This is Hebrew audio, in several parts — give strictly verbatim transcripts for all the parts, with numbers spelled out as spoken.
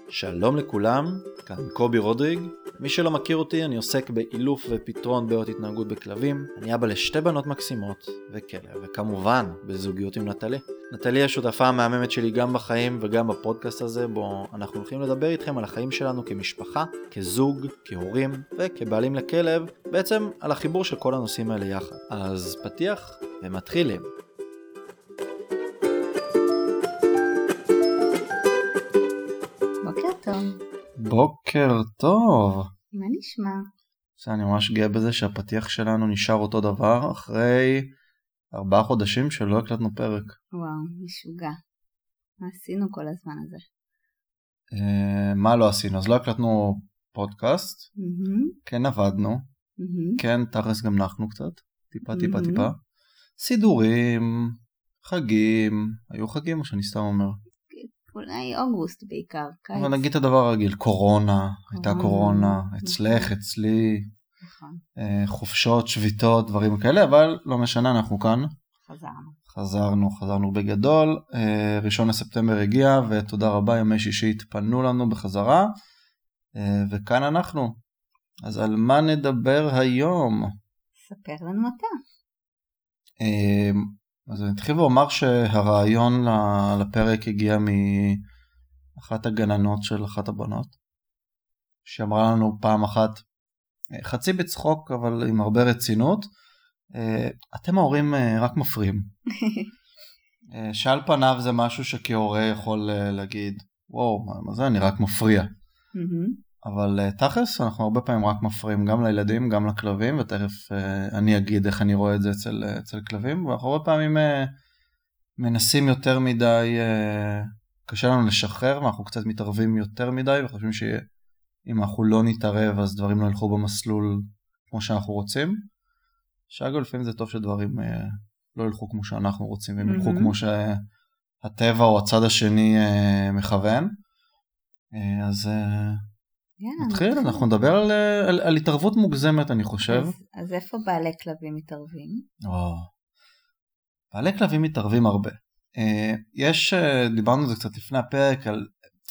שלום לכולם, כאן קובי רודריג. מי שלא מכיר אותי, אני עוסק באילוף ופתרון בעיות התנהגות בכלבים. אני אבא לשתי בנות מקסימות וכלב, וכמובן בזוגיות עם נטלי. נטלי השותפה המהממת שלי גם בחיים וגם בפודקאסט הזה, בו אנחנו הולכים לדבר איתכם על החיים שלנו כמשפחה, כזוג, כהורים וכבעלים לכלב, בעצם על החיבור של כל הנושאים האלה יחד. אז פתיח ומתחילים. בוקר טוב. מה נשמע? אני ממש גאה בזה שהפתיח שלנו נשאר אותו דבר אחרי ארבעה חודשים שלא הקלטנו פרק. וואו, משוגע. מה עשינו כל הזמן הזה? Uh, מה לא עשינו? אז לא הקלטנו פודקאסט, mm-hmm. כן עבדנו, mm-hmm. כן תכלס גם נחנו קצת, טיפה mm-hmm. טיפה טיפה. סידורים, חגים, היו חגים או שאני סתם אומר? אולי אוגוסט בעיקר, קיץ. אבל נגיד את הדבר הרגיל, קורונה, הייתה קורונה, אצלך, אצלי, חופשות, שביתות, דברים כאלה, אבל לא משנה, אנחנו כאן. חזרנו. חזרנו, חזרנו בגדול. ראשון לספטמבר הגיע, ותודה רבה, ימי שישי התפנו לנו בחזרה, וכאן אנחנו. אז על מה נדבר היום? ספר לנו אתה. אז אני אתחיל ואומר שהרעיון לפרק הגיע מאחת הגננות של אחת הבנות, שאמרה לנו פעם אחת, חצי בצחוק אבל עם הרבה רצינות, אתם ההורים רק מפריעים. שעל פניו זה משהו שכהורה יכול להגיד, וואו, מה זה, אני רק מפריע. אבל תכלס אנחנו הרבה פעמים רק מפריעים גם לילדים, גם לכלבים, ותכף uh, אני אגיד איך אני רואה את זה אצל, אצל כלבים, ואנחנו הרבה פעמים uh, מנסים יותר מדי, uh, קשה לנו לשחרר, ואנחנו קצת מתערבים יותר מדי, וחושבים שאם אנחנו לא נתערב, אז דברים לא ילכו במסלול כמו שאנחנו רוצים. שאגב, לפעמים זה טוב שדברים uh, לא ילכו כמו שאנחנו רוצים, והם ילכו mm-hmm. כמו שהטבע או הצד השני uh, מכוון. Uh, אז... Uh, Yeah, נתחיל, אנחנו נדבר על, על, על התערבות מוגזמת, אני חושב. אז, אז איפה בעלי כלבים מתערבים? או, בעלי כלבים מתערבים הרבה. יש, דיברנו על זה קצת לפני הפרק, על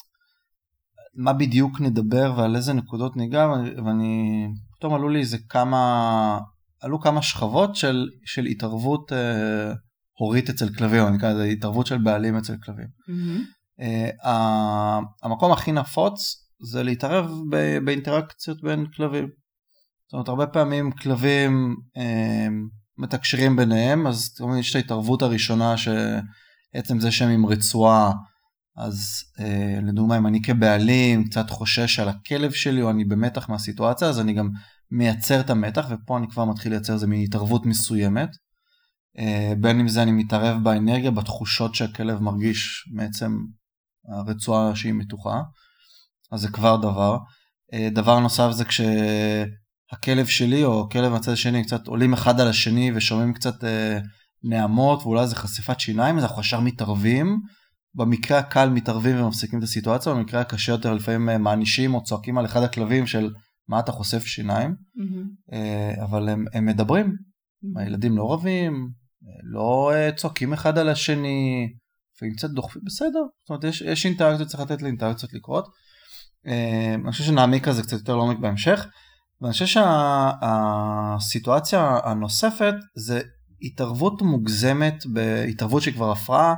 מה בדיוק נדבר ועל איזה נקודות ניגע, ואני, פתאום עלו לי איזה כמה, עלו כמה שכבות של, של התערבות אה, הורית אצל כלבים, אני קורא לזה התערבות של בעלים אצל כלבים. Mm-hmm. אה, המקום הכי נפוץ, זה להתערב באינטראקציות בין כלבים. זאת אומרת, הרבה פעמים כלבים אה, מתקשרים ביניהם, אז יש את ההתערבות הראשונה שעצם זה שהם עם רצועה, אז אה, לדוגמה, אם אני כבעלים קצת חושש על הכלב שלי, או אני במתח מהסיטואציה, אז אני גם מייצר את המתח, ופה אני כבר מתחיל לייצר זה מהתערבות מסוימת. אה, בין אם זה אני מתערב באנרגיה, בתחושות שהכלב מרגיש מעצם הרצועה שהיא מתוחה. אז זה כבר דבר. דבר נוסף זה כשהכלב שלי או כלב מהצד השני קצת עולים אחד על השני ושומעים קצת נעמות ואולי זה חשיפת שיניים, אז אנחנו ישר מתערבים. במקרה הקל מתערבים ומפסיקים את הסיטואציה, במקרה הקשה יותר לפעמים מענישים או צועקים על אחד הכלבים של מה אתה חושף שיניים. Mm-hmm. אבל הם, הם מדברים. Mm-hmm. הילדים לא רבים, לא צועקים אחד על השני, לפעמים קצת דוחפים, בסדר. זאת אומרת, יש, יש אינטראקציות, צריך לתת לאינטראקציות לקרות. אני חושב שנעמיק על זה קצת יותר לעומק בהמשך, ואני חושב שהסיטואציה הנוספת זה התערבות מוגזמת, בהתערבות שכבר הפרעה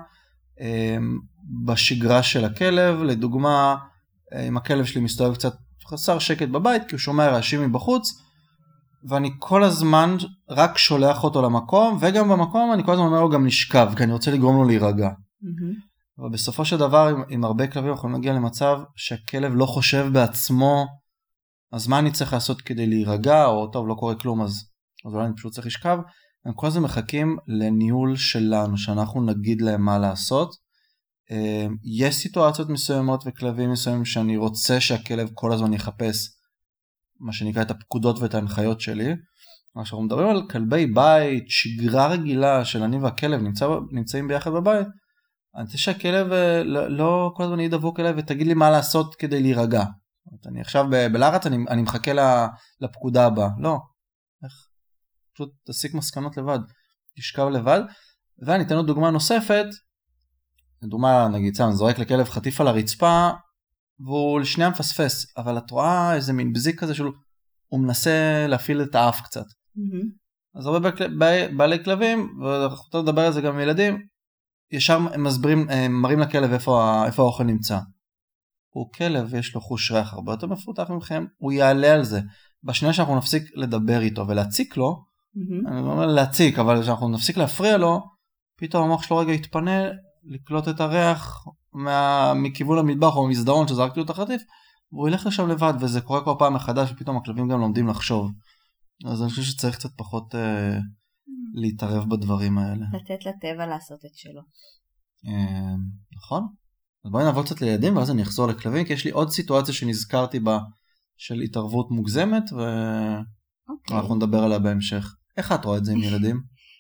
בשגרה של הכלב. לדוגמה, אם הכלב שלי מסתובב קצת חסר שקט בבית, כי הוא שומע רעשים מבחוץ, ואני כל הזמן רק שולח אותו למקום, וגם במקום אני כל הזמן אומר לו גם נשכב, כי אני רוצה לגרום לו להירגע. Mm-hmm. אבל בסופו של דבר, עם, עם הרבה כלבים יכולים להגיע למצב שהכלב לא חושב בעצמו, אז מה אני צריך לעשות כדי להירגע, או טוב, לא קורה כלום, אז, אז אולי אני פשוט צריך לשכב. הם כל הזמן מחכים לניהול שלנו, שאנחנו נגיד להם מה לעשות. יש סיטואציות מסוימות וכלבים מסוימים שאני רוצה שהכלב כל הזמן יחפש, מה שנקרא את הפקודות ואת ההנחיות שלי. אנחנו מדברים על כלבי בית, שגרה רגילה של אני והכלב נמצא, נמצאים ביחד בבית, אני רוצה שהכלב לא, לא כל הזמן ידבוק אליי ותגיד לי מה לעשות כדי להירגע. אני עכשיו ב- בלחץ, אני, אני מחכה לפקודה הבאה. לא. איך? פשוט תסיק מסקנות לבד. תשכב לבד. ואני אתן לו דוגמה נוספת. דוגמה, נגיד, אני זורק לכלב חטיף על הרצפה, והוא לשנייה מפספס, אבל את רואה איזה מין בזיק כזה שלו, הוא מנסה להפעיל את האף קצת. אז הרבה בעלי כלבים, ואנחנו יכולים לדבר על זה גם עם ילדים, ישר הם מסברים, הם מראים לכלב איפה, איפה האוכל נמצא. הוא כלב, יש לו חוש ריח הרבה יותר מפותח ממכם, הוא יעלה על זה. בשנייה שאנחנו נפסיק לדבר איתו ולהציק לו, mm-hmm. אני לא אומר להציק, אבל כשאנחנו נפסיק להפריע לו, פתאום המוח שלו רגע יתפנה לקלוט את הריח מה, מכיוון המטבח או המסדרון שזרקתי לו את החטיף, והוא ילך לשם לבד, וזה קורה כל פעם מחדש, ופתאום הכלבים גם לומדים לחשוב. אז אני חושב שצריך קצת פחות אה, להתערב בדברים האלה. לתת לטבע לעשות את שלו. אה, נכון. אז בואי נעבור קצת לילדים, ואז אני אחזור לכלבים, כי יש לי עוד סיטואציה שנזכרתי בה, של התערבות מוגזמת, ואנחנו okay. נדבר עליה בהמשך. איך את רואה את זה עם ילדים?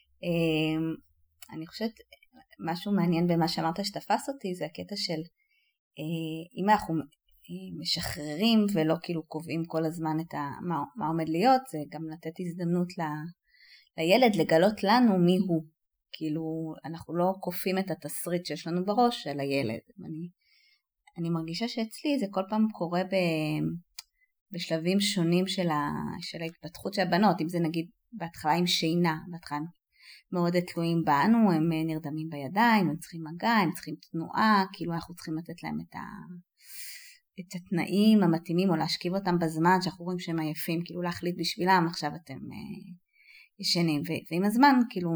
אני חושבת, משהו מעניין במה שאמרת שתפס אותי, זה הקטע של, אם אנחנו משחררים, ולא כאילו קובעים כל הזמן את ה, מה, מה עומד להיות, זה גם לתת הזדמנות ל, לילד לגלות לנו מי הוא. כאילו, אנחנו לא קופים את התסריט שיש לנו בראש של הילד. אני, אני מרגישה שאצלי זה כל פעם קורה ב... בשלבים שונים של, ה, של ההתפתחות של הבנות, אם זה נגיד בהתחלה עם שינה, בהתחלה מאוד תלויים בנו, הם נרדמים בידיים, הם צריכים מגע, הם צריכים תנועה, כאילו אנחנו צריכים לתת להם את, ה, את התנאים המתאימים, או להשכיב אותם בזמן שאנחנו רואים שהם עייפים, כאילו להחליט בשבילם, עכשיו אתם אה, ישנים, ו, ועם הזמן כאילו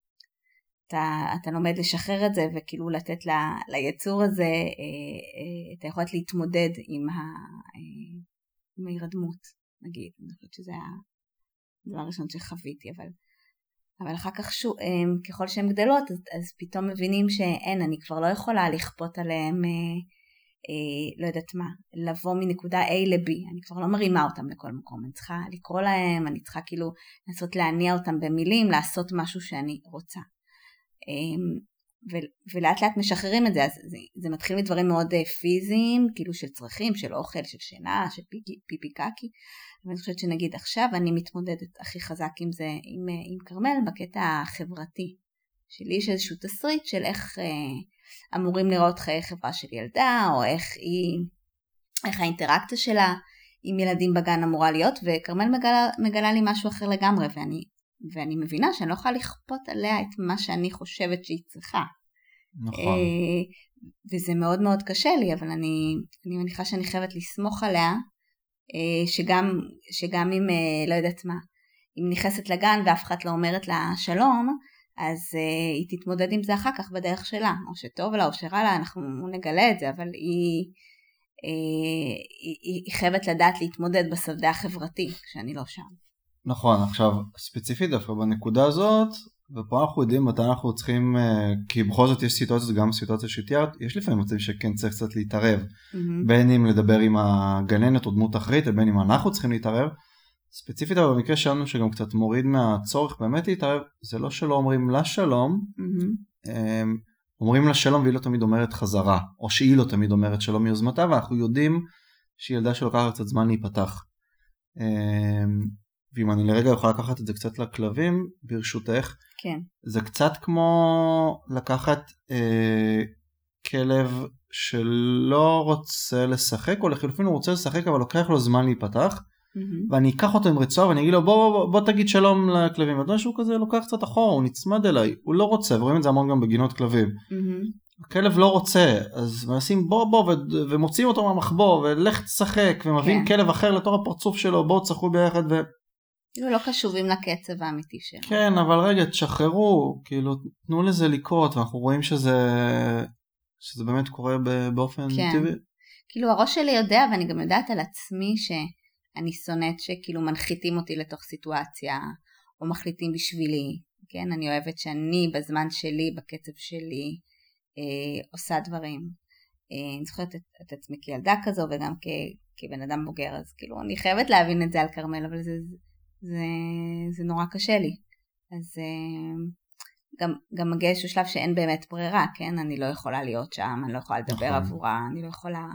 אתה, אתה לומד לשחרר את זה, וכאילו לתת ל, ליצור הזה אה, אה, את היכולת להתמודד עם ה... אה, עם ההירדמות, נגיד, אני חושבת שזה הדבר הראשון שחוויתי, אבל, אבל אחר כך שוב, ככל שהן גדלות, אז, אז פתאום מבינים שאין, אני כבר לא יכולה לכפות עליהם, אה, אה, לא יודעת מה, לבוא מנקודה A ל-B, אני כבר לא מרימה אותם לכל מקום, אני צריכה לקרוא להם, אני צריכה כאילו לנסות להניע אותם במילים, לעשות משהו שאני רוצה. אה, ו- ולאט לאט משחררים את זה, אז זה, זה מתחיל מדברים מאוד פיזיים, כאילו של צרכים, של אוכל, של שינה, של פיפי, פיפי קקי, ואני חושבת שנגיד עכשיו אני מתמודדת הכי חזק עם זה, עם, עם קרמל בקטע החברתי, שלי יש איזשהו תסריט של איך אה, אמורים לראות חיי חברה של ילדה, או איך היא, איך האינטראקציה שלה עם ילדים בגן אמורה להיות, וקרמל מגלה, מגלה לי משהו אחר לגמרי, ואני ואני מבינה שאני לא יכולה לכפות עליה את מה שאני חושבת שהיא צריכה. נכון. וזה מאוד מאוד קשה לי, אבל אני, אני מניחה שאני חייבת לסמוך עליה, שגם, שגם אם, לא יודעת מה, אם נכנסת לגן ואף אחד לא אומרת לה שלום, אז היא תתמודד עם זה אחר כך בדרך שלה, או שטוב לה או שרע לה, אנחנו נגלה את זה, אבל היא, היא, היא חייבת לדעת להתמודד בשדה החברתי, כשאני לא שם. נכון, עכשיו ספציפית דווקא בנקודה הזאת, ופה אנחנו יודעים מתי אנחנו צריכים, כי בכל זאת יש סיטואציות, גם סיטואציה שתיארת, יש לפעמים מצבים שכן צריך קצת להתערב, mm-hmm. בין אם לדבר עם הגננת או דמות אחרית, בין אם אנחנו צריכים להתערב, ספציפית אבל במקרה שלנו שגם קצת מוריד מהצורך באמת להתערב, זה לא שלא אומרים לה שלום, mm-hmm. אומרים לה שלום והיא לא תמיד אומרת חזרה, או שהיא לא תמיד אומרת שלום מיוזמתה, ואנחנו יודעים שהיא ילדה שלוקחת קצת זמן להיפתח. ואם אני לרגע יכול לקחת את זה קצת לכלבים, ברשותך, כן. זה קצת כמו לקחת אה, כלב שלא רוצה לשחק, או לחילופין הוא רוצה לשחק, אבל לוקח לו זמן להיפתח, mm-hmm. ואני אקח אותו עם רצועה, ואני אגיד לו, בוא, בוא, בוא תגיד שלום לכלבים, ואתה שהוא כזה לוקח קצת אחורה, הוא נצמד אליי, הוא לא רוצה, ורואים את זה המון גם בגינות כלבים. Mm-hmm. הכלב לא רוצה, אז מנסים בוא בוא, ו- ומוציאים אותו מהמחבוא, ולך תשחק, ומביאים כן. כלב אחר לתור הפרצוף שלו, בואו תשחקו ביחד, ו... כאילו לא קשובים לקצב האמיתי שלו. כן, אבל רגע, תשחררו, כאילו, תנו לזה לקרות, ואנחנו רואים שזה, שזה באמת קורה באופן כן. טבעי. כאילו, הראש שלי יודע, ואני גם יודעת על עצמי שאני שונאת שכאילו מנחיתים אותי לתוך סיטואציה, או מחליטים בשבילי, כן? אני אוהבת שאני בזמן שלי, בקצב שלי, אה, עושה דברים. אה, אני זוכרת את, את עצמי כילדה כזו, וגם כ, כבן אדם בוגר, אז כאילו, אני חייבת להבין את זה על קרמל, אבל זה... זה, זה נורא קשה לי. אז גם, גם מגיע איזשהו שלב שאין באמת ברירה, כן? אני לא יכולה להיות שם, אני לא יכולה לדבר נכון. עבורה, אני לא יכולה...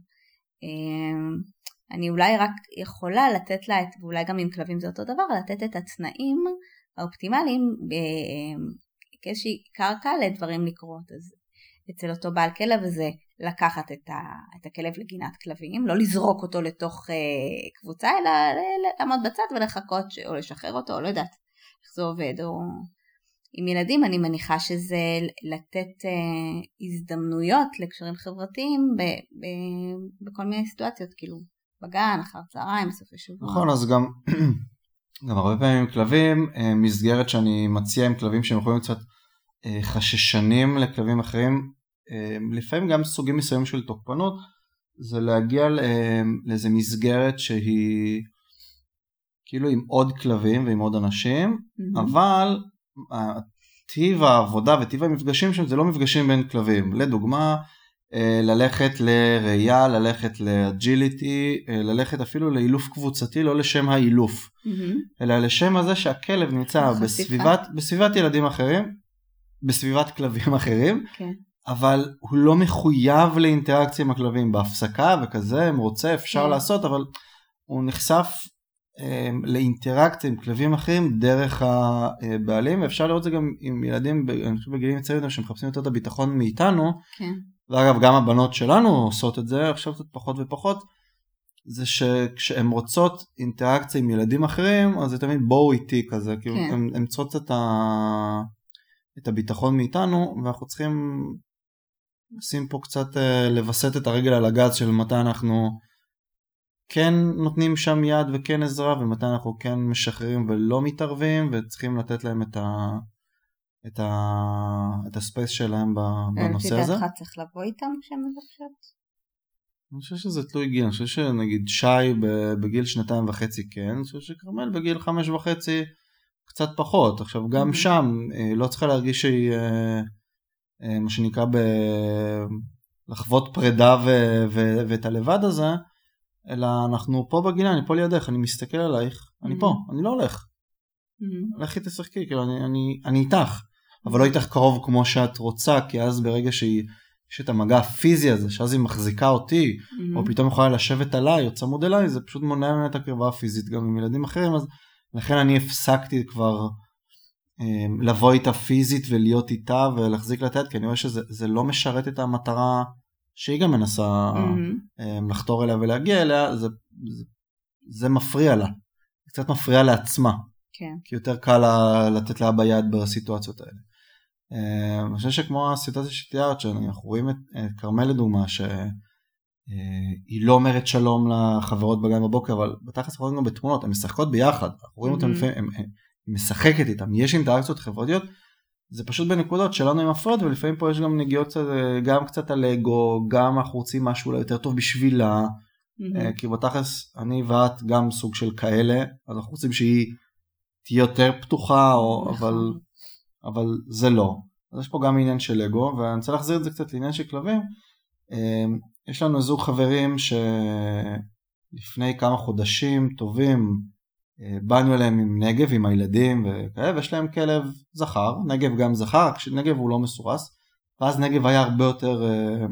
אני אולי רק יכולה לתת לה, את, ואולי גם עם כלבים זה אותו דבר, לתת את התנאים האופטימליים כאיזושהי קרקע לדברים לקרות. אז אצל אותו בעל כלב, וזה לקחת את, ה, את הכלב לגינת כלבים, לא לזרוק אותו לתוך אה, קבוצה, אלא לעמוד בצד ולחכות, או לשחרר אותו, או לא יודעת איך זה עובד, או עם ילדים אני מניחה שזה לתת אה, הזדמנויות לקשרים חברתיים ב, ב, בכל מיני סיטואציות, כאילו בגן, אחר צהריים, בסופי שבוע. נכון, אז גם, גם הרבה פעמים עם כלבים, מסגרת שאני מציע עם כלבים שהם יכולים קצת חששנים לכלבים אחרים, לפעמים גם סוגים מסוימים של תוקפנות, זה להגיע לאיזו מסגרת שהיא כאילו עם עוד כלבים ועם עוד אנשים, mm-hmm. אבל טיב העבודה וטיב המפגשים שם זה לא מפגשים בין כלבים. לדוגמה, ללכת לראייה, ללכת לאג'יליטי, ללכת אפילו לאילוף קבוצתי, לא לשם האילוף, mm-hmm. אלא לשם הזה שהכלב נמצא בסביבת, בסביבת ילדים אחרים, בסביבת כלבים אחרים, okay. אבל הוא לא מחויב לאינטראקציה עם הכלבים, בהפסקה וכזה, אם רוצה אפשר okay. לעשות, אבל הוא נחשף אה, לאינטראקציה עם כלבים אחרים דרך הבעלים, ואפשר לראות את זה גם עם ילדים, אני חושב בגילים יצרים שמחפשים יותר את הביטחון מאיתנו, כן. ואגב גם הבנות שלנו עושות את זה, עכשיו קצת פחות ופחות, זה שכשהן רוצות אינטראקציה עם ילדים אחרים, אז זה תמיד בואו איתי כזה, כן. כאילו הן צריכות את, ה... את הביטחון מאיתנו, ואנחנו צריכים לשים פה קצת, לבסט את הרגל על הגז של מתי אנחנו כן נותנים שם יד וכן עזרה, ומתי אנחנו כן משחררים ולא מתערבים, וצריכים לתת להם את ה... את, ה... את הספייס שלהם בנושא הזה. לפי דעתך צריך לבוא איתם כשהם מבקשות? אני חושב שזה תלוי גיל, אני חושב שנגיד שי בגיל שנתיים וחצי כן, אני חושב שקרמל בגיל חמש וחצי קצת פחות, עכשיו גם mm-hmm. שם לא צריכה להרגיש שהיא, מה שנקרא ב... לחוות פרידה ו... ו... ואת הלבד הזה, אלא אנחנו פה בגילה, אני פה לידך, אני מסתכל עלייך, mm-hmm. אני פה, אני לא הולך. Mm-hmm. לכי תשחקי, כאילו אני, אני, אני איתך. אבל לא איתך קרוב כמו שאת רוצה, כי אז ברגע שהיא, יש את המגע הפיזי הזה, שאז היא מחזיקה אותי, mm-hmm. או פתאום יכולה לשבת עליי, או צמוד אליי, זה פשוט מונע ממנה את הקרבה הפיזית, גם עם ילדים אחרים, אז לכן אני הפסקתי כבר אה, לבוא איתה פיזית, ולהיות איתה, ולהחזיק לתת, כי אני רואה שזה לא משרת את המטרה, שהיא גם מנסה mm-hmm. אה, לחתור אליה ולהגיע אליה, זה, זה, זה מפריע לה, קצת מפריע לעצמה, כן. כי יותר קל לה, לתת לה ביד בסיטואציות האלה. אני חושב שכמו הסיטואציה שתיארת, שאנחנו רואים את קרמל לדוגמה, שהיא לא אומרת שלום לחברות בגן בבוקר, אבל בתכלס אנחנו רואים גם בתמונות, הן משחקות ביחד, אנחנו רואים אותן לפעמים, היא משחקת איתן, יש אינטראקציות חברתיות, זה פשוט בנקודות שלנו עם הפרוד, ולפעמים פה יש גם נגיעות, גם קצת על אגו, גם אנחנו רוצים משהו יותר טוב בשבילה, כי בתכלס אני ואת גם סוג של כאלה, אז אנחנו רוצים שהיא תהיה יותר פתוחה, אבל... אבל זה לא. אז יש פה גם עניין של אגו, ואני רוצה להחזיר את זה קצת לעניין של כלבים. יש לנו זוג חברים שלפני כמה חודשים טובים, באנו אליהם עם נגב, עם הילדים וכאלה, ויש להם כלב זכר, נגב גם זכר, נגב הוא לא מסורס, ואז נגב היה הרבה יותר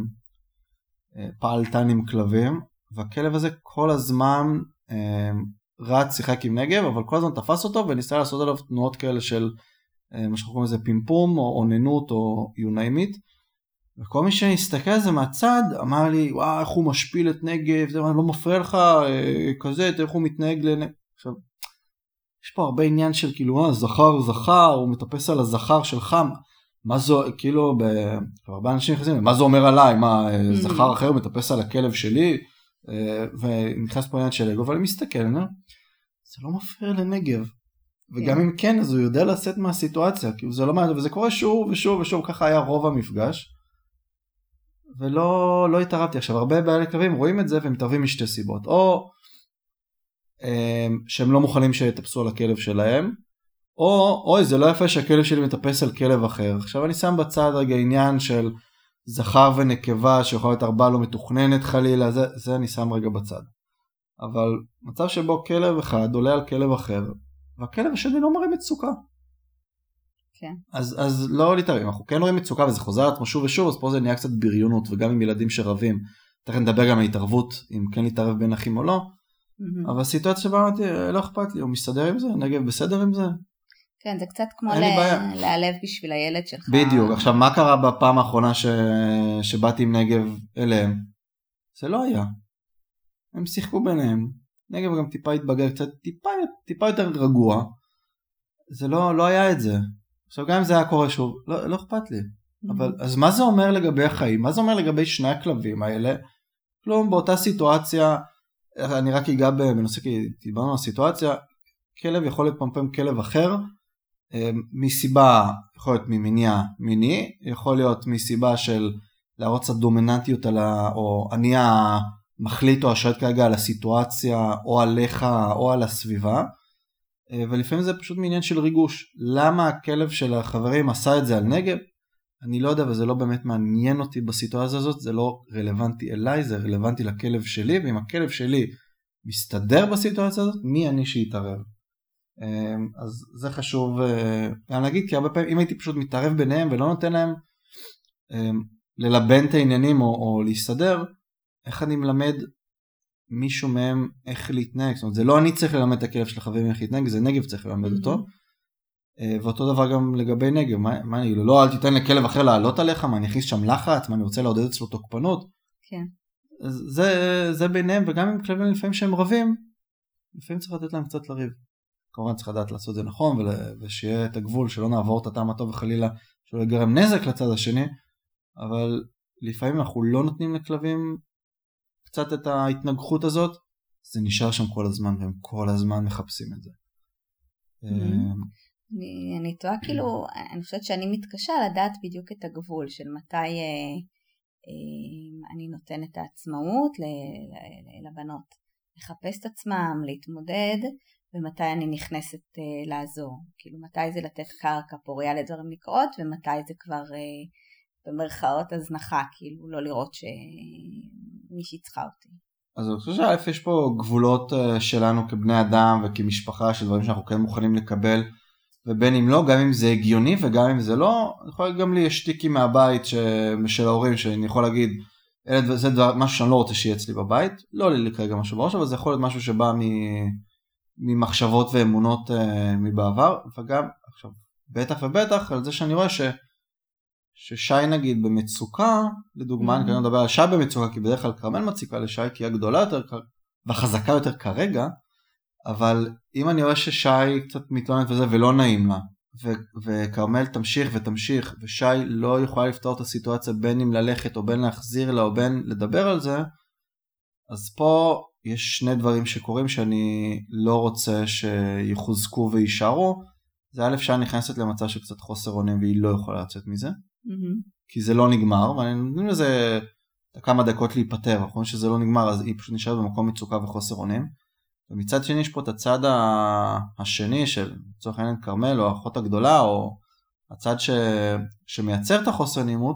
פעלתן עם כלבים, והכלב הזה כל הזמן רץ, שיחק עם נגב, אבל כל הזמן תפס אותו וניסה לעשות עליו תנועות כאלה של מה שאנחנו קוראים לזה פימפום, או עוננות, או you name it, וכל מי שהסתכל על זה מהצד, אמר לי, וואו, איך הוא משפיל את נגב, זה לא מפריע לך, כזה, איך הוא מתנהג לנגב. עכשיו, יש פה הרבה עניין של כאילו, אה, זכר, זכר, הוא מטפס על הזכר שלך, מה זו, כאילו, הרבה אנשים נכנסים, מה זה אומר עליי, מה, זכר אחר מטפס על הכלב שלי, ונכנס פה עניין של אגו, אבל אני מסתכל, זה לא מפריע לנגב. וגם אם כן, אז הוא יודע לצאת מהסיטואציה, כי זה לא מעט, וזה קורה שוב ושוב ושוב, ככה היה רוב המפגש, ולא לא התערבתי. עכשיו, הרבה בעלי כלבים רואים את זה, והם מתערבים משתי סיבות, או שהם לא מוכנים שיטפסו על הכלב שלהם, או, אוי, זה לא יפה שהכלב שלי מטפס על כלב אחר. עכשיו אני שם בצד רגע עניין של זכר ונקבה, שיכולה להיות הרבה לא מתוכננת חלילה, זה, זה אני שם רגע בצד. אבל מצב שבו כלב אחד עולה על כלב אחר, והכלב השני לא מראה מצוקה. כן. אז, אז לא להתערב, אנחנו כן רואים מצוקה, וזה חוזר עצמו שוב ושוב, אז פה זה נהיה קצת בריונות, וגם עם ילדים שרבים, תכף נדבר גם על התערבות, אם כן להתערב בין אחים או לא, mm-hmm. אבל הסיטואציה שבה אמרתי, לא אכפת לי, הוא מסתדר עם זה, נגב בסדר עם זה? כן, זה קצת כמו אין לי בעיה. להעלב בשביל הילד שלך. בדיוק. עכשיו, מה קרה בפעם האחרונה ש... שבאתי עם נגב אליהם? זה לא היה. הם שיחקו ביניהם. נגב גם טיפה התבגר, קצת טיפה, טיפה יותר רגוע. זה לא, לא היה את זה. עכשיו, גם אם זה היה קורה שוב, לא, לא אכפת לי. אבל, אז מה זה אומר לגבי החיים? מה זה אומר לגבי שני הכלבים האלה? כלום, באותה סיטואציה, אני רק אגע בנושא, כי דיברנו על סיטואציה, כלב יכול לפמפם כלב אחר, מסיבה, יכול להיות ממניע מיני, יכול להיות מסיבה של להראות קצת דומיננטיות על ה... או אני המחליט או השולט כרגע על הסיטואציה, או עליך, או על הסביבה, ולפעמים זה פשוט מעניין של ריגוש. למה הכלב של החברים עשה את זה על נגב? אני לא יודע, וזה לא באמת מעניין אותי בסיטואציה הזאת, זה לא רלוונטי אליי, זה רלוונטי לכלב שלי, ואם הכלב שלי מסתדר בסיטואציה הזאת, מי אני שיתערב? אז זה חשוב גם להגיד, כי הרבה פעמים אם הייתי פשוט מתערב ביניהם ולא נותן להם ללבן את העניינים או, או להסתדר, איך אני מלמד מישהו מהם איך להתנהג? זאת אומרת, זה לא אני צריך ללמד את הכלב של החברים איך להתנהג, זה נגב צריך ללמד אותו. ואותו דבר גם לגבי נגב, מה, מה אני, לא, אל תיתן לכלב אחר לעלות עליך, מה אני אכניס שם לחץ, מה אני רוצה לעודד אצלו תוקפנות. כן. זה, זה ביניהם, וגם עם כלבים לפעמים שהם רבים, לפעמים צריך לתת להם קצת לריב. כמובן צריך לדעת לעשות זה נכון, ושיהיה את הגבול, שלא נעבור את הטעם הטוב וחלילה, שלא יגרם נזק לצד השני, אבל לפעמים אנחנו לא נותנים לכלבים קצת את ההתנגחות הזאת, זה נשאר שם כל הזמן, והם כל הזמן מחפשים את זה. אני, אני טועה, כאילו, אני חושבת שאני מתקשה לדעת בדיוק את הגבול של מתי אה, אה, אני נותן את העצמאות לבנות, לחפש את עצמם, להתמודד, ומתי אני נכנסת אה, לעזור. כאילו, מתי זה לתת קרקע פוריה לדברים לקרות, ומתי זה כבר אה, במרכאות הזנחה, כאילו, לא לראות שמישהי צריכה אותי. אז אני חושב שא' יש פה גבולות שלנו כבני אדם וכמשפחה, של דברים שאנחנו כן מוכנים לקבל, ובין אם לא, גם אם זה הגיוני וגם אם זה לא, אני יכול להגיד גם לי יש שטיקים מהבית ש... של ההורים, שאני יכול להגיד, זה דבר, משהו שאני לא רוצה שיהיה אצלי בבית, לא לי כרגע משהו בראש, אבל זה יכול להיות משהו שבא מ... ממחשבות ואמונות uh, מבעבר, וגם, עכשיו, בטח ובטח על זה שאני רואה ש... ששי נגיד במצוקה, לדוגמה, mm-hmm. אני כאן מדבר על שי במצוקה, כי בדרך כלל קרמל מציקה לשי, כי היא הגדולה יותר והחזקה יותר כרגע, אבל אם אני רואה ששי קצת מתלוננת וזה ולא נעים לה, ו- וקרמל תמשיך ותמשיך, ושי לא יכולה לפתור את הסיטואציה בין אם ללכת או בין להחזיר לה או בין לדבר על זה, אז פה יש שני דברים שקורים שאני לא רוצה שיחוזקו וישארו. זה א' שי נכנסת למצב של קצת חוסר אונים והיא לא יכולה לצאת מזה, mm-hmm. כי זה לא נגמר, ואני נותנים לזה כמה דקות להיפטר, אנחנו חושבים שזה לא נגמר, אז היא פשוט נשארת במקום מצוקה וחוסר אונים. ומצד שני יש פה את הצד השני של לצורך העניין קרמל או האחות הגדולה, או הצד ש... שמייצר את החוסר נעימות,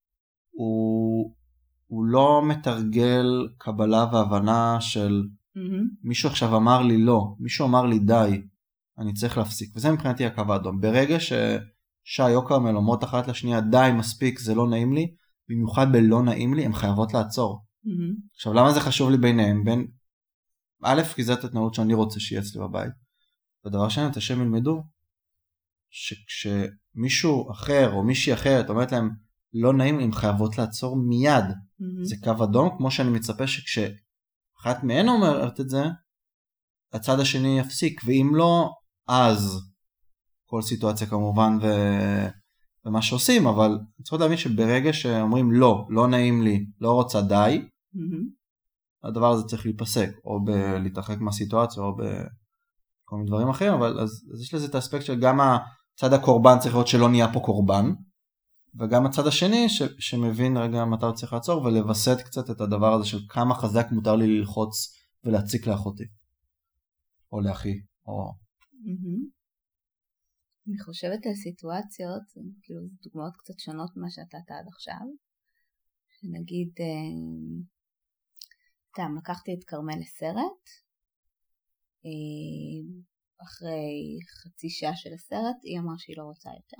הוא... הוא לא מתרגל קבלה והבנה של mm-hmm. מישהו עכשיו אמר לי לא, מישהו אמר לי די, אני צריך להפסיק, וזה מבחינתי הקו האדום. ברגע ששי או קרמל אומרות אחת לשנייה די מספיק, זה לא נעים לי, במיוחד בלא נעים לי, הן חייבות לעצור. Mm-hmm. עכשיו למה זה חשוב לי ביניהם? בין א', כי זאת התנהלות שאני רוצה שיהיה אצלי בבית. ודבר שני, את השם ילמדו, שכשמישהו אחר או מישהי אחרת אומרת להם, לא נעים לי, הם חייבות לעצור מיד. Mm-hmm. זה קו אדום, כמו שאני מצפה שכשאחת מהן אומרת את זה, הצד השני יפסיק, ואם לא, אז כל סיטואציה כמובן ו... ומה שעושים, אבל צריכות להבין שברגע שאומרים לא, לא נעים לי, לא רוצה די, mm-hmm. הדבר הזה צריך להיפסק, או להתרחק מהסיטואציה, או בכל מיני דברים אחרים, אבל אז, אז יש לזה את האספקט של גם הצד הקורבן צריך להיות שלא נהיה פה קורבן, וגם הצד השני ש, שמבין רגע מתי הוא צריך לעצור, ולבסט קצת את הדבר הזה של כמה חזק מותר לי ללחוץ ולהציק לאחותי, או לאחי, או... Mm-hmm. אני חושבת על סיטואציות, כאילו דוגמאות קצת שונות ממה שאתה עד עכשיו, שנגיד... סתם, לקחתי את קרמל לסרט, אחרי חצי שעה של הסרט, היא אמרה שהיא לא רוצה יותר.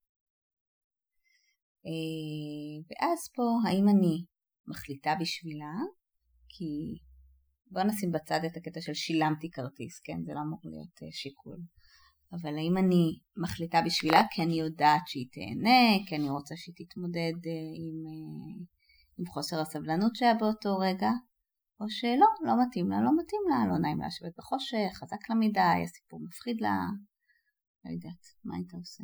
ואז פה, האם אני מחליטה בשבילה, כי בוא נשים בצד את הקטע של שילמתי כרטיס, כן? זה לא אמור להיות שיקול. אבל האם אני מחליטה בשבילה כי אני יודעת שהיא תהנה, כי אני רוצה שהיא תתמודד עם, עם חוסר הסבלנות שהיה באותו רגע, או שלא, לא מתאים לה, לא מתאים לה, לא נעים לה לשבת בחושך, חזק לה מדי, הסיפור מפחיד לה, לא יודעת, מה היית עושה?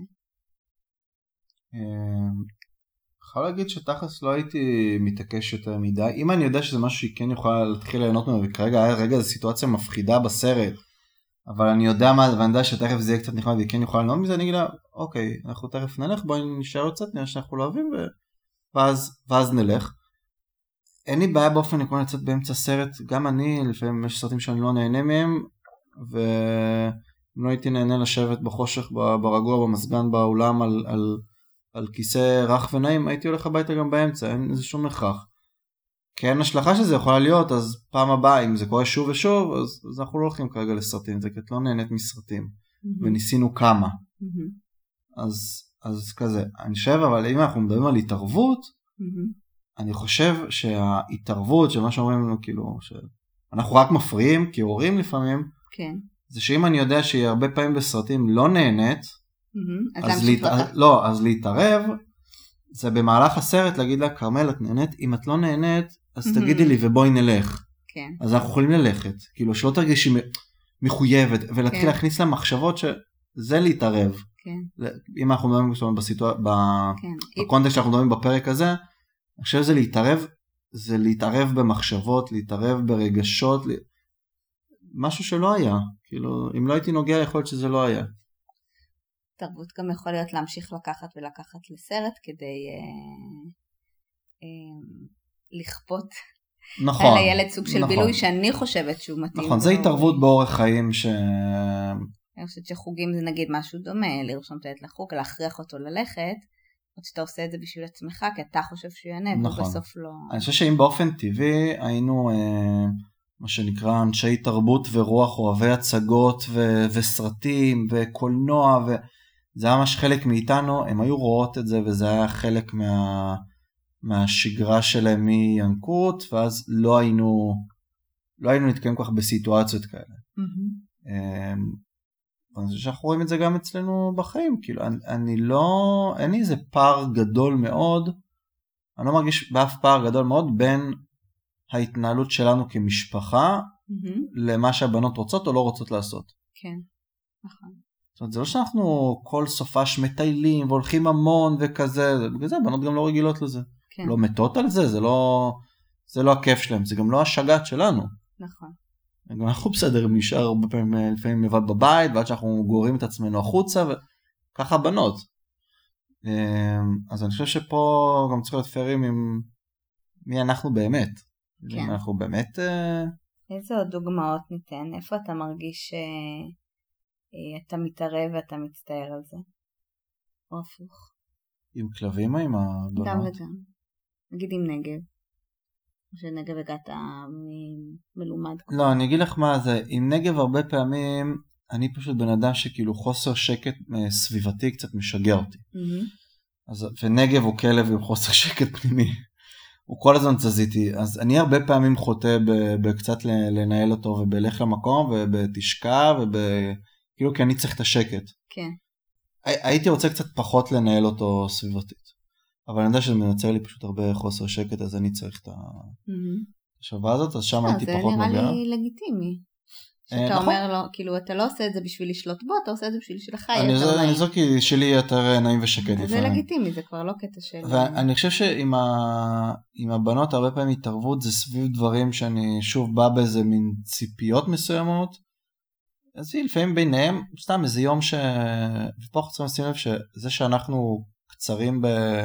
יכול להגיד שתכלס לא הייתי מתעקש יותר מדי, אם אני יודע שזה משהו שהיא כן יכולה להתחיל ליהנות ממנו, וכרגע היה רגע זו סיטואציה מפחידה בסרט, אבל אני יודע מה, ואני יודע שתכף זה יהיה קצת נחמד, והיא כן יכולה ללמוד מזה, אני אגיד לה, אוקיי, אנחנו תכף נלך, בואי נשאר קצת, נראה שאנחנו לא אוהבים, ואז, ואז נלך. אין לי בעיה באופן עקרוני לצאת באמצע סרט, גם אני, לפעמים יש סרטים שאני לא נהנה מהם, ואם לא הייתי נהנה לשבת בחושך, ברגוע, במסגן, באולם, על, על, על כיסא רך ונעים, הייתי הולך הביתה גם באמצע, אין איזה שום הכרח. כן, השלכה שזה יכולה להיות, אז פעם הבאה, אם זה קורה שוב ושוב, אז, אז אנחנו לא הולכים כרגע לסרטים, זה כי את לא נהנית מסרטים, mm-hmm. וניסינו כמה. Mm-hmm. אז, אז כזה, אני חושב, אבל אם אנחנו מדברים על התערבות, mm-hmm. אני חושב שההתערבות, שמה שאומרים לנו, כאילו, שאנחנו רק מפריעים, כי הורים לפעמים, כן. זה שאם אני יודע שהיא הרבה פעמים בסרטים לא נהנית, mm-hmm. אז, אז, להת... לא, אז להתערב, זה במהלך הסרט להגיד לה, קרמל, את נהנית? אם את לא נהנית, אז mm-hmm. תגידי לי ובואי נלך. כן. אז אנחנו יכולים ללכת, כאילו שלא תרגישי מחויבת, ולהתחיל כן. להכניס לה מחשבות שזה להתערב. כן. אם אנחנו מדברים בסיטואר... כן. בקונטקסט שאנחנו מדברים בפרק הזה, אני חושב שזה להתערב, זה להתערב במחשבות, להתערב ברגשות, משהו שלא היה. כאילו, אם לא הייתי נוגע, יכול להיות שזה לא היה. תרבות גם יכול להיות להמשיך לקחת ולקחת לסרט כדי אה, אה, לכפות נכון, על הילד סוג של נכון. בילוי שאני חושבת שהוא מתאים. נכון, זה התערבות באורח חיים ש... אני חושבת שחוגים זה נגיד משהו דומה, לרשום את הילד לחוג, להכריח אותו ללכת, או שאתה עושה את זה בשביל עצמך, כי אתה חושב שהוא יענה, נכון. ובסוף לא... אני חושב שאם באופן טבעי היינו... אה... מה שנקרא אנשי תרבות ורוח, אוהבי הצגות ו- וסרטים וקולנוע, וזה היה ממש חלק מאיתנו, הם היו רואות את זה, וזה היה חלק מה, מהשגרה שלהם מינקות, ואז לא היינו, לא היינו נתקיים כל כך בסיטואציות כאלה. Mm-hmm. אני חושב שאנחנו רואים את זה גם אצלנו בחיים, כאילו, אני, אני לא, אין לי איזה פער גדול מאוד, אני לא מרגיש באף פער גדול מאוד בין ההתנהלות שלנו כמשפחה, mm-hmm. למה שהבנות רוצות או לא רוצות לעשות. כן, נכון. זאת אומרת, זה לא שאנחנו כל סופש מטיילים והולכים המון וכזה, בגלל זה הבנות גם לא רגילות לזה. כן. לא מתות על זה, זה לא, זה לא הכיף שלהם, זה גם לא השגת שלנו. נכון. גם אנחנו בסדר, נשאר הרבה פעמים לפעמים לבד בבית, ועד שאנחנו גוררים את עצמנו החוצה, וככה בנות. אז אני חושב שפה גם צריך להיות פיירים עם מי אנחנו באמת. כן. אנחנו באמת... איזה עוד דוגמאות ניתן? איפה אתה מרגיש שאתה מתערב ואתה מצטער על זה? או הפוך? עם כלבים או עם הבנות? גם וגם. נגיד עם נגב. או שנגב הגעת מלומד. לא, אני אגיד לך מה זה. עם נגב הרבה פעמים, אני פשוט בן אדם שכאילו חוסר שקט סביבתי קצת משגע אותי. Mm-hmm. אז, ונגב הוא כלב עם חוסר שקט פנימי. הוא כל הזמן צזיתי, אז אני הרבה פעמים חוטא בקצת לנהל אותו, ובלך למקום, ובתשקע, וכאילו כי אני צריך את השקט. כן. הייתי רוצה קצת פחות לנהל אותו סביבתית, אבל אני יודע שזה מנצר לי פשוט הרבה חוסר שקט, אז אני צריך את השווה הזאת, אז שם הייתי פחות מגע. זה נראה לי לגיטימי. שאתה אומר לו, כאילו אתה לא עושה את זה בשביל לשלוט בו, אתה עושה את זה בשביל שלך יהיה יותר נעים. אני זו כי שלי יותר נעים ושקט לפעמים. זה לגיטימי, זה כבר לא קטע של... ואני חושב שעם הבנות הרבה פעמים התערבות זה סביב דברים שאני שוב בא באיזה מין ציפיות מסוימות, אז היא לפעמים ביניהם, סתם איזה יום ש... ופה אנחנו צריכים לשים לב שזה שאנחנו קצרים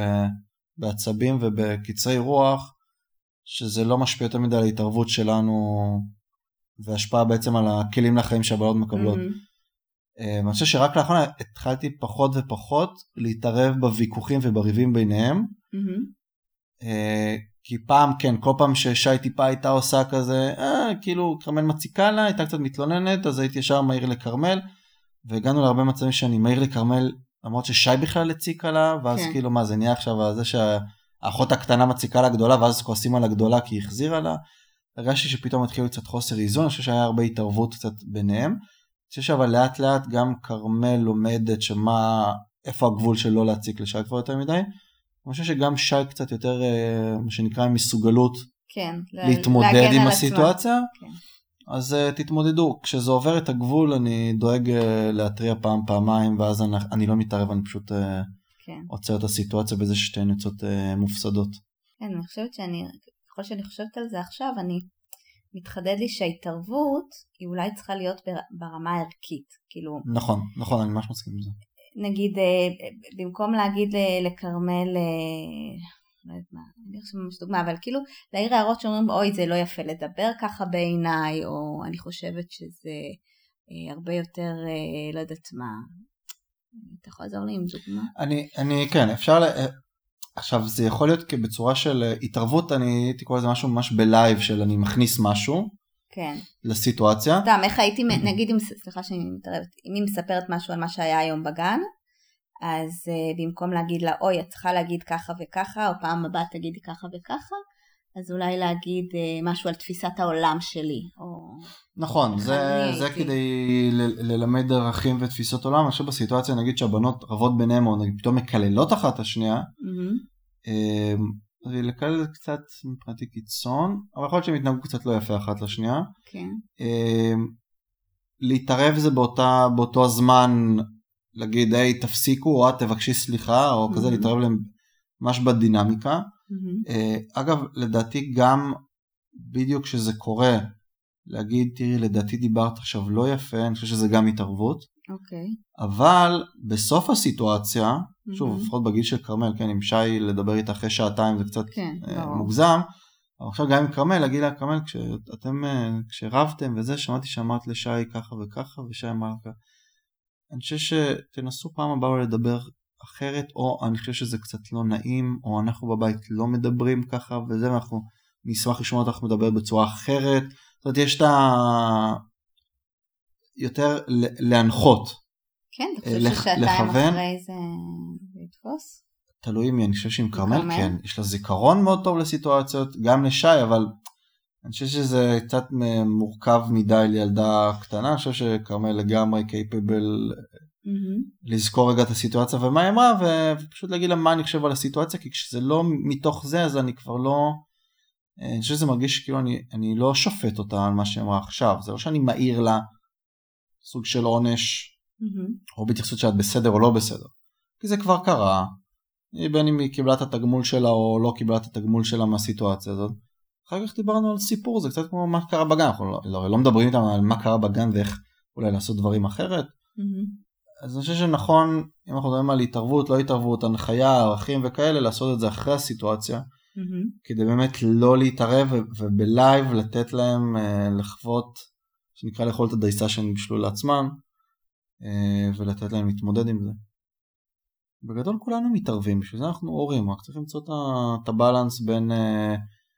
בעצבים ובקצרי רוח, שזה לא משפיע יותר מדי על ההתערבות שלנו, והשפעה בעצם על הכלים לחיים שהבנות מקבלות. Mm-hmm. אני חושב שרק לאחרונה התחלתי פחות ופחות להתערב בוויכוחים ובריבים ביניהם, mm-hmm. כי פעם, כן, כל פעם ששי טיפה הייתה עושה כזה, אה, כאילו קרמל מציקה לה, הייתה קצת מתלוננת, אז הייתי ישר מהיר לקרמל, והגענו להרבה מצבים שאני מהיר לקרמל, למרות ששי בכלל הציקה לה, ואז כן. כאילו מה זה נהיה עכשיו, אז זה שהאחות הקטנה מציקה לה גדולה, ואז כועסים על הגדולה כי היא החזירה לה, הרגשתי שפתאום התחילו קצת חוסר איזון, אני חושב שהיה הרבה התערבות קצת ביניהם, חושב אבל לאט לאט גם קרמל לומדת שמה, איפה הגבול שלא להציק לשי כבר יותר מדי. אני חושב שגם שי קצת יותר, מה שנקרא, מסוגלות כן, להתמודד עם הסיטואציה. כן. אז uh, תתמודדו. כשזה עובר את הגבול, אני דואג uh, להטריע פעם, פעמיים, ואז אני, אני לא מתערב, אני פשוט uh, כן. עוצר את הסיטואציה בזה ששתי נצות uh, מופסדות. כן, אני חושבת שאני, ככל שאני חושבת על זה עכשיו, אני מתחדד לי שההתערבות היא אולי צריכה להיות ברמה הערכית. כאילו... נכון, נכון, אני ממש מסכים עם זה. נגיד, במקום להגיד לקרמל, לא יודעת מה, אני חושב ממש דוגמה, אבל כאילו להעיר הערות שאומרים, אוי, זה לא יפה לדבר ככה בעיניי, או אני חושבת שזה הרבה יותר, לא יודעת מה. אתה יכול לעזור לי עם דוגמה? אני, אני, כן, אפשר, עכשיו זה יכול להיות בצורה של התערבות, אני הייתי קורא לזה משהו ממש בלייב, של אני מכניס משהו. כן. לסיטואציה. סתם, איך הייתי, נגיד, אם, סליחה שאני מתערבת, אם היא מספרת משהו על מה שהיה היום בגן, אז uh, במקום להגיד לה, אוי, את צריכה להגיד ככה וככה, או פעם הבאה תגידי ככה וככה, אז אולי להגיד uh, משהו על תפיסת העולם שלי. או... נכון, זה, זה כדי ל- ללמד ערכים ותפיסות עולם. עכשיו בסיטואציה, נגיד שהבנות רבות ביניהם, או נגיד פתאום מקללות אחת השנייה, mm-hmm. אז לקלל קצת מבחינתי קיצון, אבל יכול להיות שהם יתנהגו קצת לא יפה אחת לשנייה. כן. להתערב זה באותה, באותו הזמן, להגיד, היי, תפסיקו, או את תבקשי סליחה, או כזה, להתערב להם ממש בדינמיקה. אגב, לדעתי גם, בדיוק כשזה קורה, להגיד, תראי, לדעתי דיברת עכשיו לא יפה, אני חושב שזה גם התערבות. אוקיי. אבל בסוף הסיטואציה, שוב, לפחות בגיל של קרמל, כן, עם שי לדבר איתה אחרי שעתיים זה קצת מוגזם, אבל עכשיו גם עם קרמל, להגיד לה, קרמל, כשאתם, כשרבתם וזה, שמעתי שאמרת לשי ככה וככה, ושי אמר ככה. אני חושב שתנסו פעם הבאה לדבר אחרת, או אני חושב שזה קצת לא נעים, או אנחנו בבית לא מדברים ככה, וזה, ואנחנו נשמח לשמוע אותך מדבר בצורה אחרת. זאת אומרת, יש את ה... יותר להנחות. כן, אתה חושב ששעתיים אחרי זה יתפוס? תלוי מי, אני חושב שעם קרמל, כן, יש לה זיכרון מאוד טוב לסיטואציות, גם לשי, אבל אני חושב שזה קצת מורכב מדי לילדה קטנה, אני חושב שקרמל לגמרי קייפבל לזכור רגע את הסיטואציה ומה היא אמרה, ופשוט להגיד לה מה אני חושב על הסיטואציה, כי כשזה לא מתוך זה, אז אני כבר לא, אני חושב שזה מרגיש כאילו אני לא שופט אותה על מה שהיא אמרה עכשיו, זה לא שאני מעיר לה סוג של עונש, או בהתייחסות שאת בסדר או לא בסדר, כי זה כבר קרה, בין אם היא קיבלה את התגמול שלה או לא קיבלה את התגמול שלה מהסיטואציה הזאת. אחר כך דיברנו על סיפור, זה קצת כמו מה קרה בגן, אנחנו לא, לא, לא מדברים איתם על מה קרה בגן ואיך אולי לעשות דברים אחרת. Mm-hmm. אז אני חושב שנכון, אם אנחנו מדברים על התערבות, לא התערבות, הנחיה, ערכים וכאלה, לעשות את זה אחרי הסיטואציה, mm-hmm. כדי באמת לא להתערב ובלייב לתת להם uh, לחוות, שנקרא לאכול את הדייסה שהם בשלו לעצמם, uh, ולתת להם להתמודד עם זה. בגדול כולנו מתערבים, בשביל זה אנחנו הורים, רק צריך למצוא את הבאלנס בין uh,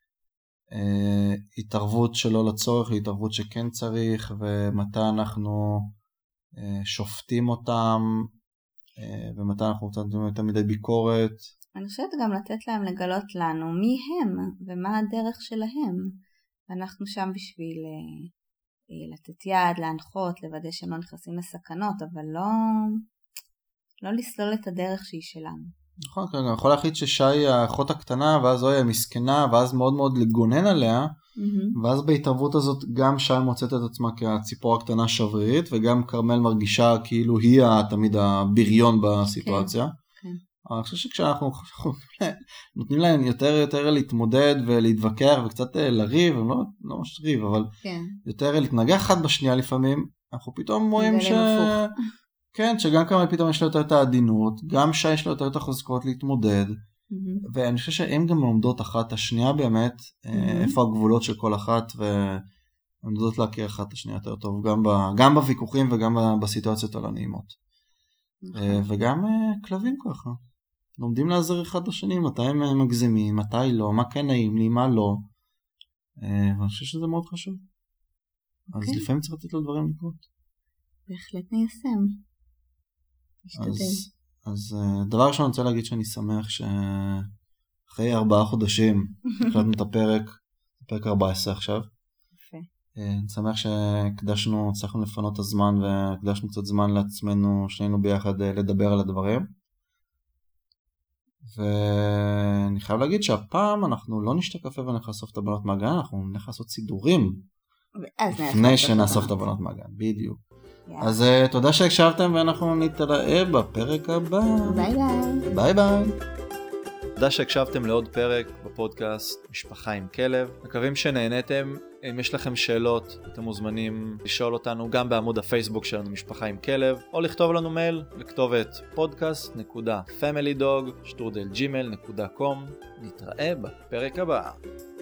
uh, התערבות שלא לצורך, להתערבות שכן צריך, ומתי אנחנו uh, שופטים אותם, uh, ומתי אנחנו נותנים יותר מדי ביקורת. אני חושבת גם לתת להם לגלות לנו מי הם, ומה הדרך שלהם, ואנחנו שם בשביל uh, uh, לתת יד, להנחות, לוודא שהם לא נכנסים לסכנות, אבל לא... לא לסלול את הדרך שהיא שלנו. נכון, אני יכול להחליט ששי היא האחות הקטנה, ואז אוי המסכנה, ואז מאוד מאוד לגונן עליה, mm-hmm. ואז בהתערבות הזאת גם שי מוצאת את עצמה כציפור הקטנה שברירית, וגם קרמל מרגישה כאילו היא תמיד הבריון בסיטואציה. Okay. Okay. אני חושב שכשאנחנו נותנים להם יותר יותר להתמודד ולהתווכח, וקצת לריב, לא, לא ממש ריב, אבל okay. יותר להתנגח אחד בשנייה לפעמים, אנחנו פתאום רואים ש... כן, שגם כמה פתאום יש לו יותר את העדינות, גם שי יש לו יותר את החוזקות להתמודד, mm-hmm. ואני חושב שהן גם לומדות אחת השנייה באמת, mm-hmm. איפה הגבולות של כל אחת, ולומדות להכיר אחת השנייה יותר טוב, גם, ב, גם בוויכוחים וגם בסיטואציות על הנעימות. Mm-hmm. וגם כלבים ככה, לומדים לעזר אחד לשני, מתי הם מגזימים, מתי לא, מה כן נעים לי, מה לא, ואני חושב שזה מאוד חשוב. Okay. אז לפעמים צריך לתת לו דברים לקרות. בהחלט ניישם. אז, אז דבר ראשון אני רוצה להגיד שאני שמח שאחרי ארבעה חודשים החלטנו את הפרק, פרק ארבע עשרה עכשיו. יפה. אני שמח שהקדשנו, הצלחנו לפנות את הזמן והקדשנו קצת זמן לעצמנו, שנינו ביחד לדבר על הדברים. ואני חייב להגיד שהפעם אנחנו לא נשתה קפה ונחשוף את הבנות מהגן, אנחנו נלך לעשות סידורים לפני שנאסוף את הבנות מהגן, בדיוק. אז תודה שהקשבתם ואנחנו נתראה בפרק הבא. ביי ביי. ביי ביי. תודה שהקשבתם לעוד פרק בפודקאסט משפחה עם כלב. מקווים שנהנתם. אם יש לכם שאלות, אתם מוזמנים לשאול אותנו גם בעמוד הפייסבוק שלנו משפחה עם כלב, או לכתוב לנו מייל לכתובת פודקאסט נקודה פמילי דוג שטרודל ג'ימייל נקודה קום. נתראה בפרק הבא.